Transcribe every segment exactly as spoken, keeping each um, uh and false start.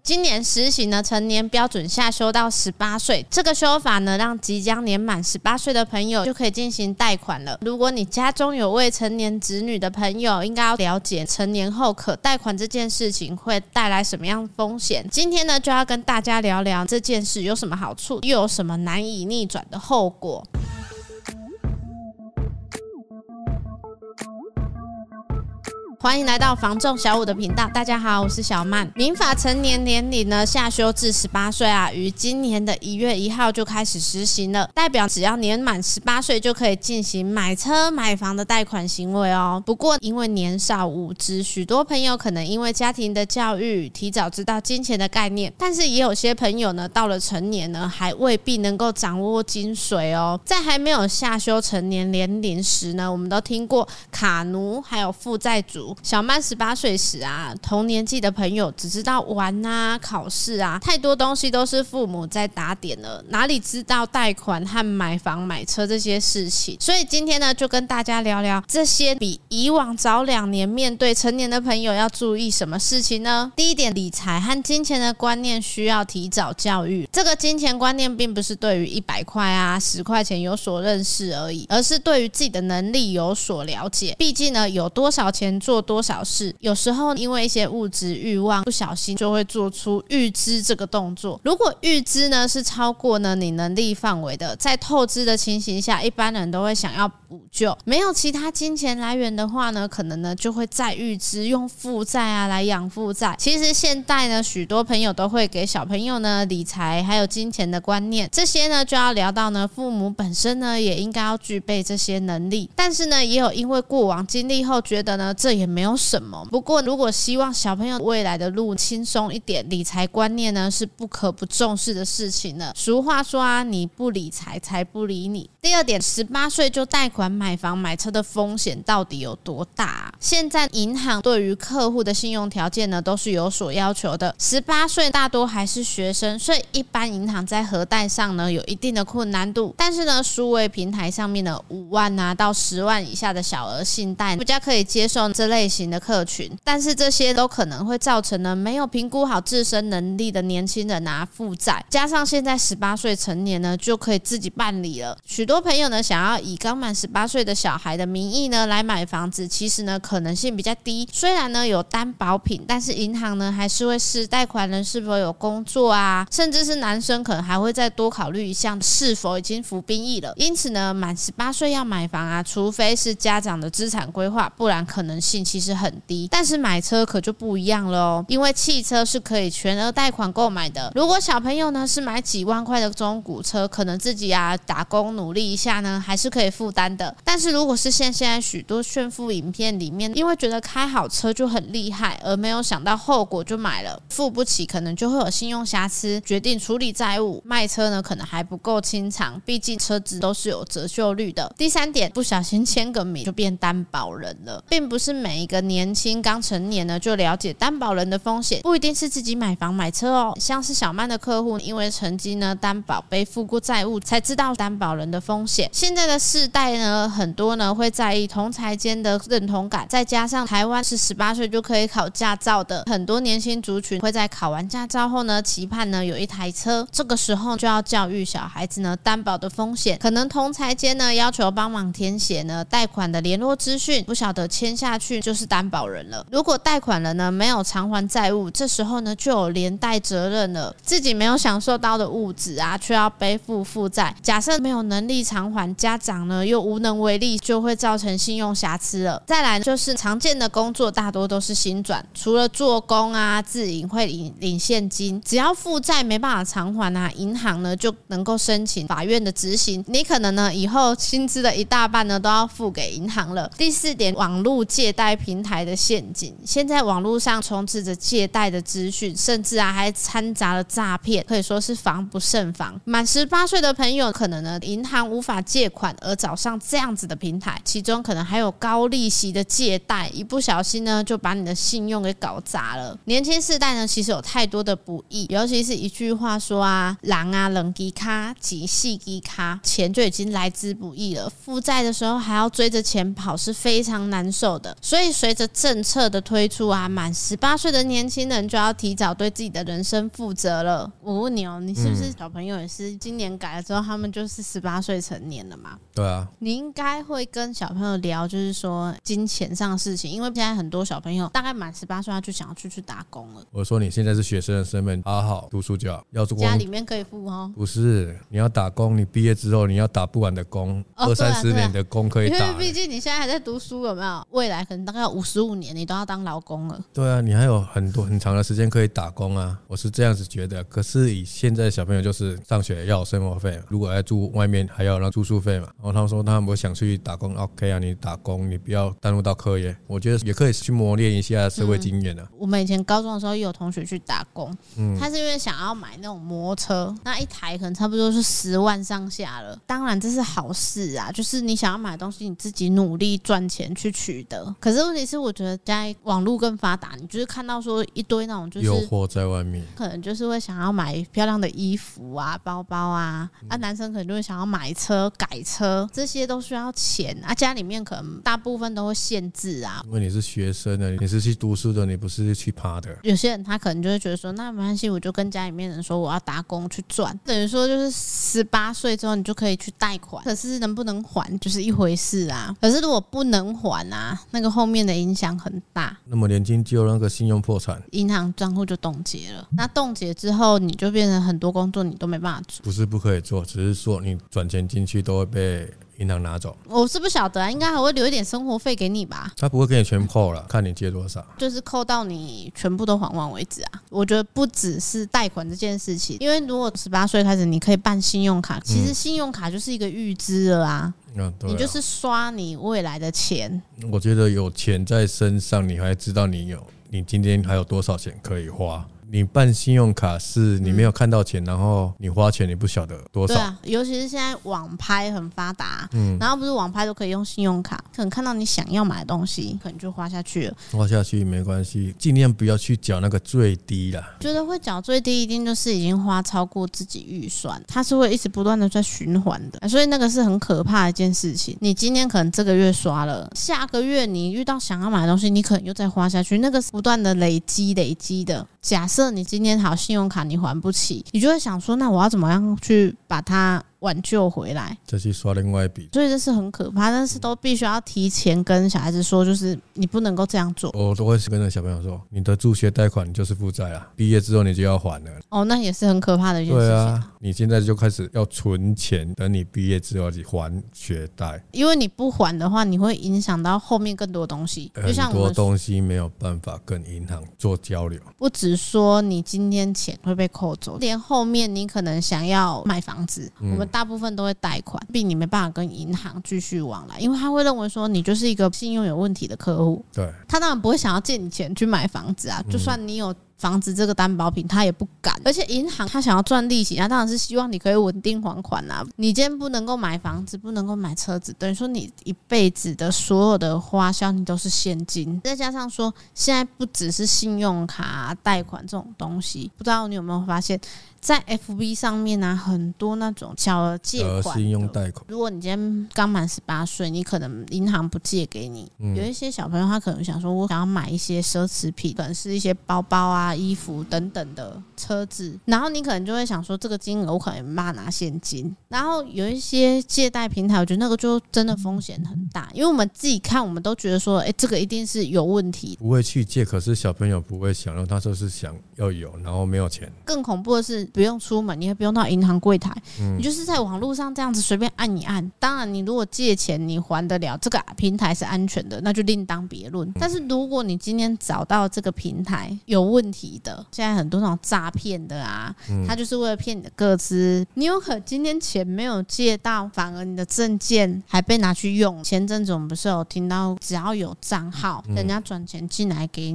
今年施行呢成年标准下修到十八岁，这个修法呢让即将年满十八岁的朋友就可以进行贷款了。如果你家中有未成年子女的朋友，应该要了解成年后可贷款这件事情会带来什么样的风险。今天呢就要跟大家聊聊这件事有什么好处，又有什么难以逆转的后果。欢迎来到房仲小五的频道，大家好，我是小曼。民法成年年龄呢下修至十八岁啊，于今年的一月一号就开始实行了，代表只要年满十八岁就可以进行买车买房的贷款行为哦。不过因为年少无知，许多朋友可能因为家庭的教育提早知道金钱的概念，但是也有些朋友呢到了成年呢还未必能够掌握精髓哦。在还没有下修成年年龄时呢，我们都听过卡奴还有负债族。小曼十八岁时啊，同年纪的朋友只知道玩啊、考试啊，太多东西都是父母在打点了，哪里知道贷款和买房买车这些事情。所以今天呢，就跟大家聊聊这些比以往早两年面对成年的朋友要注意什么事情呢？第一点，理财和金钱的观念需要提早教育。这个金钱观念并不是对于一百块啊、十块钱有所认识而已，而是对于自己的能力有所了解。毕竟呢，有多少钱做多少事，有时候因为一些物质欲望，不小心就会做出预支这个动作。如果预支呢是超过呢你能力范围的，在透支的情形下，一般人都会想要补救。没有其他金钱来源的话呢，可能呢就会再预支，用负债啊来养负债。其实现在呢，许多朋友都会给小朋友呢理财还有金钱的观念，这些呢就要聊到呢父母本身呢也应该要具备这些能力。但是呢，也有因为过往经历后觉得呢这也没有什么。不过如果希望小朋友未来的路轻松一点，理财观念呢是不可不重视的事情了。俗话说啊，你不理财财不理你。第二点，十八岁就贷款买房买车的风险到底有多大啊？现在银行对于客户的信用条件呢都是有所要求的，十八岁大多还是学生，所以一般银行在核贷上呢有一定的困难度。但是呢，数位平台上面的五万啊到十万以下的小额信贷比较可以接受这类型的客群，但是这些都可能会造成呢没有评估好自身能力的年轻人啊负债，加上现在十八岁成年呢就可以自己办理了。许多朋友呢想要以刚满十八岁的小孩的名义呢来买房子，其实呢可能性比较低。虽然呢有担保品，但是银行呢还是会视贷款人是否有工作啊，甚至是男生可能还会再多考虑一项是否已经服兵役了。因此呢，满十八岁要买房啊，除非是家长的资产规划，不然可能性其实很低。但是买车可就不一样了哦，因为汽车是可以全额贷款购买的。如果小朋友呢是买几万块的中古车，可能自己啊打工努力一下呢还是可以负担的。但是如果是现在许多炫富影片里面，因为觉得开好车就很厉害，而没有想到后果就买了，付不起可能就会有信用瑕疵，决定处理债务。卖车呢可能还不够清偿，毕竟车子都是有折旧率的。第三点，不小心签个名就变担保人了，并不是每一个年轻刚成年呢就了解担保人的风险，不一定是自己买房买车哦。像是小曼的客户，因为曾经呢担保背负过债务，才知道担保人的风险。现在的世代呢，很多呢会在意同侪间的认同感，再加上台湾是十八岁就可以考驾照的，很多年轻族群会在考完驾照后呢，期盼呢有一台车。这个时候就要教育小孩子呢担保的风险，可能同侪间呢要求帮忙填写呢贷款的联络资讯，不晓得签下去就是担保人了。如果贷款人呢没有偿还债务，这时候呢就有连带责任了，自己没有享受到的物质啊，却要背负负债。假设没有能力偿还，家长呢又无能为力，就会造成信用瑕疵了。再来就是常见的工作大多都是薪转，除了做工啊、自营会领领现金，只要负债没办法偿还啊，银行呢就能够申请法院的执行，你可能呢以后薪资的一大半呢都要付给银行了。第四点，网络借贷平台的陷阱。现在网络上充斥着借贷的资讯，甚至啊还掺杂了诈骗，可以说是防不胜防。满十八岁的朋友可能呢银行无法借款而找上这样子的平台，其中可能还有高利息的借贷，一不小心呢就把你的信用给搞砸了。年轻世代呢其实有太多的不易，尤其是一句话说啊，人啊冷基卡及细基卡，钱就已经来之不易了，负债的时候还要追着钱跑，是非常难受的。所以随着政策的推出啊，满十八岁的年轻人就要提早对自己的人生负责了。我问你哦，你是不是小朋友也是今年改了之后他们就是十八岁成年了嘛？ 对啊， 你应该会跟小朋友聊就是说金钱上的事情，因为现在很多小朋友大概满十八岁他就想要出去打工了。 我说你现在是学生的身份，好好读书就好，要做工家里面可以付哦。 不是，你要打工，你毕业之后你要打不完的工，二三十年的工可以打， 因为毕竟你现在还在读书，有没有？未来可能大概五十五年你都要当劳工了。 对啊，你还有很多很长的时间可以打工啊，我是这样子觉得。可是以现在的小朋友就是上学要有生活费，如果要住外面还要让住宿费嘛，然后他们说他们想去打工 OK 啊，你打工你不要耽误到课业，我觉得也可以去磨练一下社会经验啊、嗯、 我们以前高中的时候也有同学去打工、嗯、他是因为想要买那种摩托车，那一台可能差不多是十万上下了，当然这是好事啊，就是你想要买东西你自己努力赚钱去取得。可是问题是我觉得现在网络更发达，你就是看到说一堆那种就是诱惑在外面， 可能就是会想要买漂亮的衣服啊包包啊、嗯、啊男生可能就会想要买车改车，这些都需要钱啊，家里面可能大部分都会限制啊， 因为你是学生的，你是去读书的，你不是去爬的。 有些人他可能就会觉得说那没关系，我就跟家里面人说我要打工去赚，等于说就是十八岁之后你就可以去贷款，可是能不能还就是一回事啊。可是如果不能还啊，那个后面的影响很大， 那么年轻就那个信用破产， 银行账户就冻结了，那冻结之后你就变成很多工作你都没办法做。 不是不可以做，只是说你转钱进去都会被银行拿走。 我是不晓得啊，应该还会留一点生活费给你吧。 他不会给你全扣了，看你借多少， 就是扣到你全部都还完为止啊。我觉得不只是贷款这件事情，因为如果十八岁开始你可以办信用卡，其实信用卡就是一个预支了啊、嗯对啊，你就是刷你未来的钱。 我觉得有钱在身上，你还知道你有你今天还有多少钱可以花。你办信用卡是你没有看到钱、嗯、然后你花钱你不晓得多少。 对啊，尤其是现在网拍很发达、嗯、然后不是网拍都可以用信用卡，可能看到你想要买的东西可能就花下去了。 花下去没关系，尽量不要去缴那个最低啦。 觉得会缴最低一定就是已经花超过自己预算，它是会一直不断的在循环的，所以那个是很可怕的一件事情。你今天可能这个月刷了，下个月你遇到想要买的东西你可能又再花下去，那个是不断的累积累积的。假设你今天好信用卡你还不起，你就会想说那我要怎么样去把它挽救回来， 再去刷另外一笔， 所以这是很可怕，但是都必须要提前跟小孩子说，就是你不能够这样做。 我都会跟着小朋友说，你的助学贷款你就是负债啦，毕业之后你就要还了。 哦，那也是很可怕的一件事情。 对啊，你现在就开始要存钱，等你毕业之后去还学贷， 因为你不还的话你会影响到后面更多东西，就像很多东西没有办法跟银行做交流， 不只说你今天钱会被扣走，连后面你可能想要买房子、嗯、我们大部分都会贷款，并你没办法跟银行继续往来，因为他会认为说你就是一个信用有问题的客户， 对， 他当然不会想要借你钱去买房子啊，就算你有房子这个担保品他也不敢，而且银行他想要赚利息，他当然是希望你可以稳定还款啊。你今天不能够买房子，不能够买车子，等于说你一辈子的所有的花销你都是现金，再加上说现在不只是信用卡贷款这种东西，不知道你有没有发现在 F B 上面啊，很多那种小额借款信用贷款， 如果你今天刚满十八岁，你可能银行不借给你、嗯、有一些小朋友他可能想说我想要买一些奢侈品，可能是一些包包啊衣服等等的，车子，然后你可能就会想说这个金额我可能没办法拿现金，然后有一些借贷平台我觉得那个就真的风险很大，因为我们自己看我们都觉得说哎，这个一定是有问题， 不会去借，可是小朋友不会想到，他就是想要有然后没有钱。更恐怖的是不用出门，你也不用到银行柜台、嗯、你就是在网络上这样子随便按一按，当然你如果借钱你还得了，这个平台是安全的，那就另当别论、嗯、但是如果你今天找到这个平台有问题的，现在很多那种诈骗的啊、嗯、他就是为了骗你的个资，你有可能今天钱没有借到，反而你的证件还被拿去用。前阵子我们不是有听到只要有账号、嗯、人家转钱进来给你，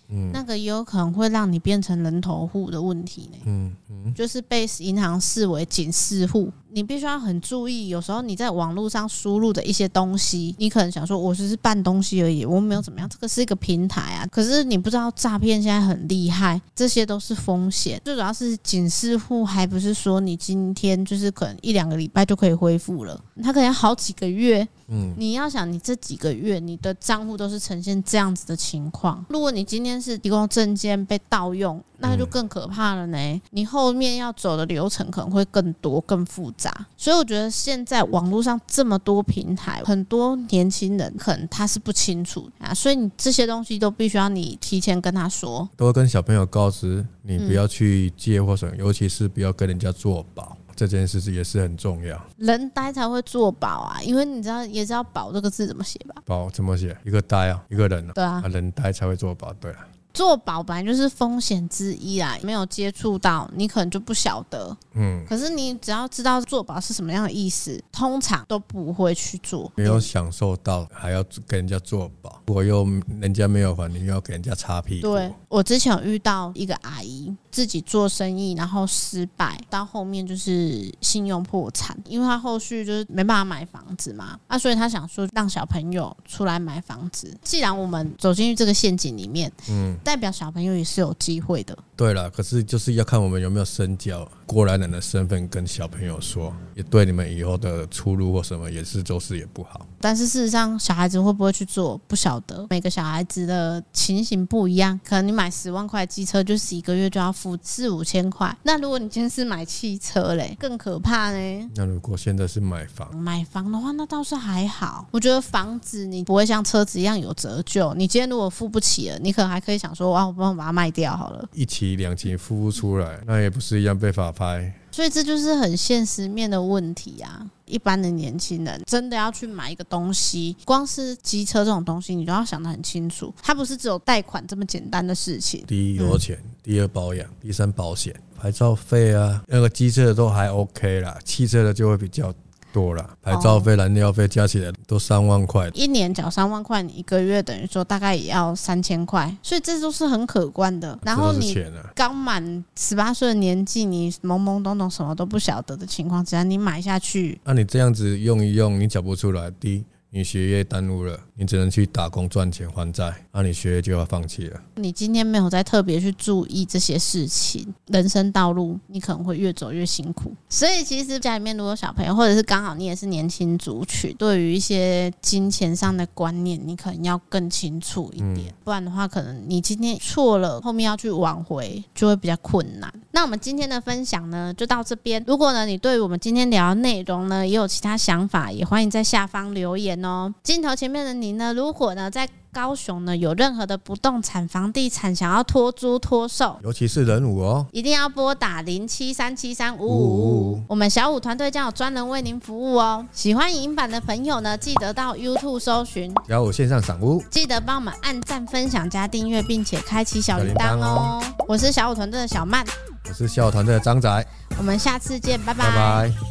嗯，那个也有可能会让你变成人头户的问题呢。嗯嗯，就是被银行视为警示户，你必须要很注意。有时候你在网络上输入的一些东西，你可能想说我只是办东西而已，我没有怎么样，这个是一个平台啊。可是你不知道诈骗现在很厉害，这些都是风险。最主要是警示户，还不是说你今天就是可能一两个礼拜就可以恢复了，它可能要好几个月。嗯，你要想你这几个月你的账户都是呈现这样子的情况，如果你今天是提供证件被盗用，那就更可怕了呢、嗯、你后面要走的流程可能会更多更复杂。所以我觉得现在网络上这么多平台，很多年轻人可能他是不清楚啊，所以你这些东西都必须要你提前跟他说， 都会跟小朋友告知你不要去借或什么、嗯、尤其是不要跟人家做保，这件事也是很重要。 人呆才会做保啊，因为你知道也知道保这个字怎么写吧？ 保怎么写？一个呆啊，一个人啊。 对啊， 人呆才会做保。对啊， 做保本来就是风险之一啦，没有接触到你可能就不晓得。嗯，可是你只要知道做保是什么样的意思，通常都不会去做。 没有享受到还要跟人家做保，如果又人家没有还，你又要给人家擦屁股。 对，我之前有遇到一个阿姨，自己做生意然后失败，到后面就是信用破产，因为她后续就是没办法买房子嘛，啊，所以她想说让小朋友出来买房子。既然我们走进去这个陷阱里面，嗯，代表小朋友也是有机会的。 对啦，可是就是要看我们有没有身教，过来人的身份跟小朋友说，也对你们以后的出路或什么也是做事也不好。 但是事实上小孩子会不会去做不晓得，每个小孩子的情形不一样，可能你买十万块机车就是一个月就要付四五千块，那如果你今天是买汽车嘞，更可怕呢。 那如果现在是买房， 买房的话那倒是还好，我觉得房子你不会像车子一样有折旧，你今天如果付不起了，你可能还可以想说哇，我帮我把它卖掉好了， 一期两期付不出来，那也不是一样被法拍。 所以这就是很现实面的问题啊。一般的年轻人真的要去买一个东西，光是机车这种东西你都要想得很清楚，它不是只有贷款这么简单的事情。 第一油钱、嗯、第二保养，第三保险、牌照费啊，那个机车的都还 OK 啦，汽车的就会比较多啦，牌照费、燃料费加起来都三万块， 一年缴三万块，你一个月等于说大概也要三千块，所以这都是很可观的。然后你刚满十八岁的年纪，你懵懵懂懂什么都不晓得的情况之下，你买下去， 那、啊、你这样子用一用，你缴不出来，第一你学业耽误了，你只能去打工赚钱还债，那、啊、你学业就要放弃了。 你今天没有再特别去注意这些事情，人生道路你可能会越走越辛苦。所以其实家里面如果有小朋友，或者是刚好你也是年轻族群，对于一些金钱上的观念你可能要更清楚一点、嗯、不然的话可能你今天错了，后面要去挽回就会比较困难。那我们今天的分享呢就到这边，如果呢你对于我们今天聊的内容呢也有其他想法，也欢迎在下方留言哦。镜头前面的你呢，如果呢在高雄呢有任何的不动产房地产想要托租托售， 尤其是人武哦， 一定要拨打零七三七三五五五，我们小五团队将有专人为您服务哦。喜欢影音版的朋友呢，记得到 YouTube 搜寻小五线上赏屋， 记得帮我们按赞分享加订阅，并且开启小铃铛哦。我是小五团队的小曼， 我是小五团队的张仔， 我们下次见，拜拜。 拜拜。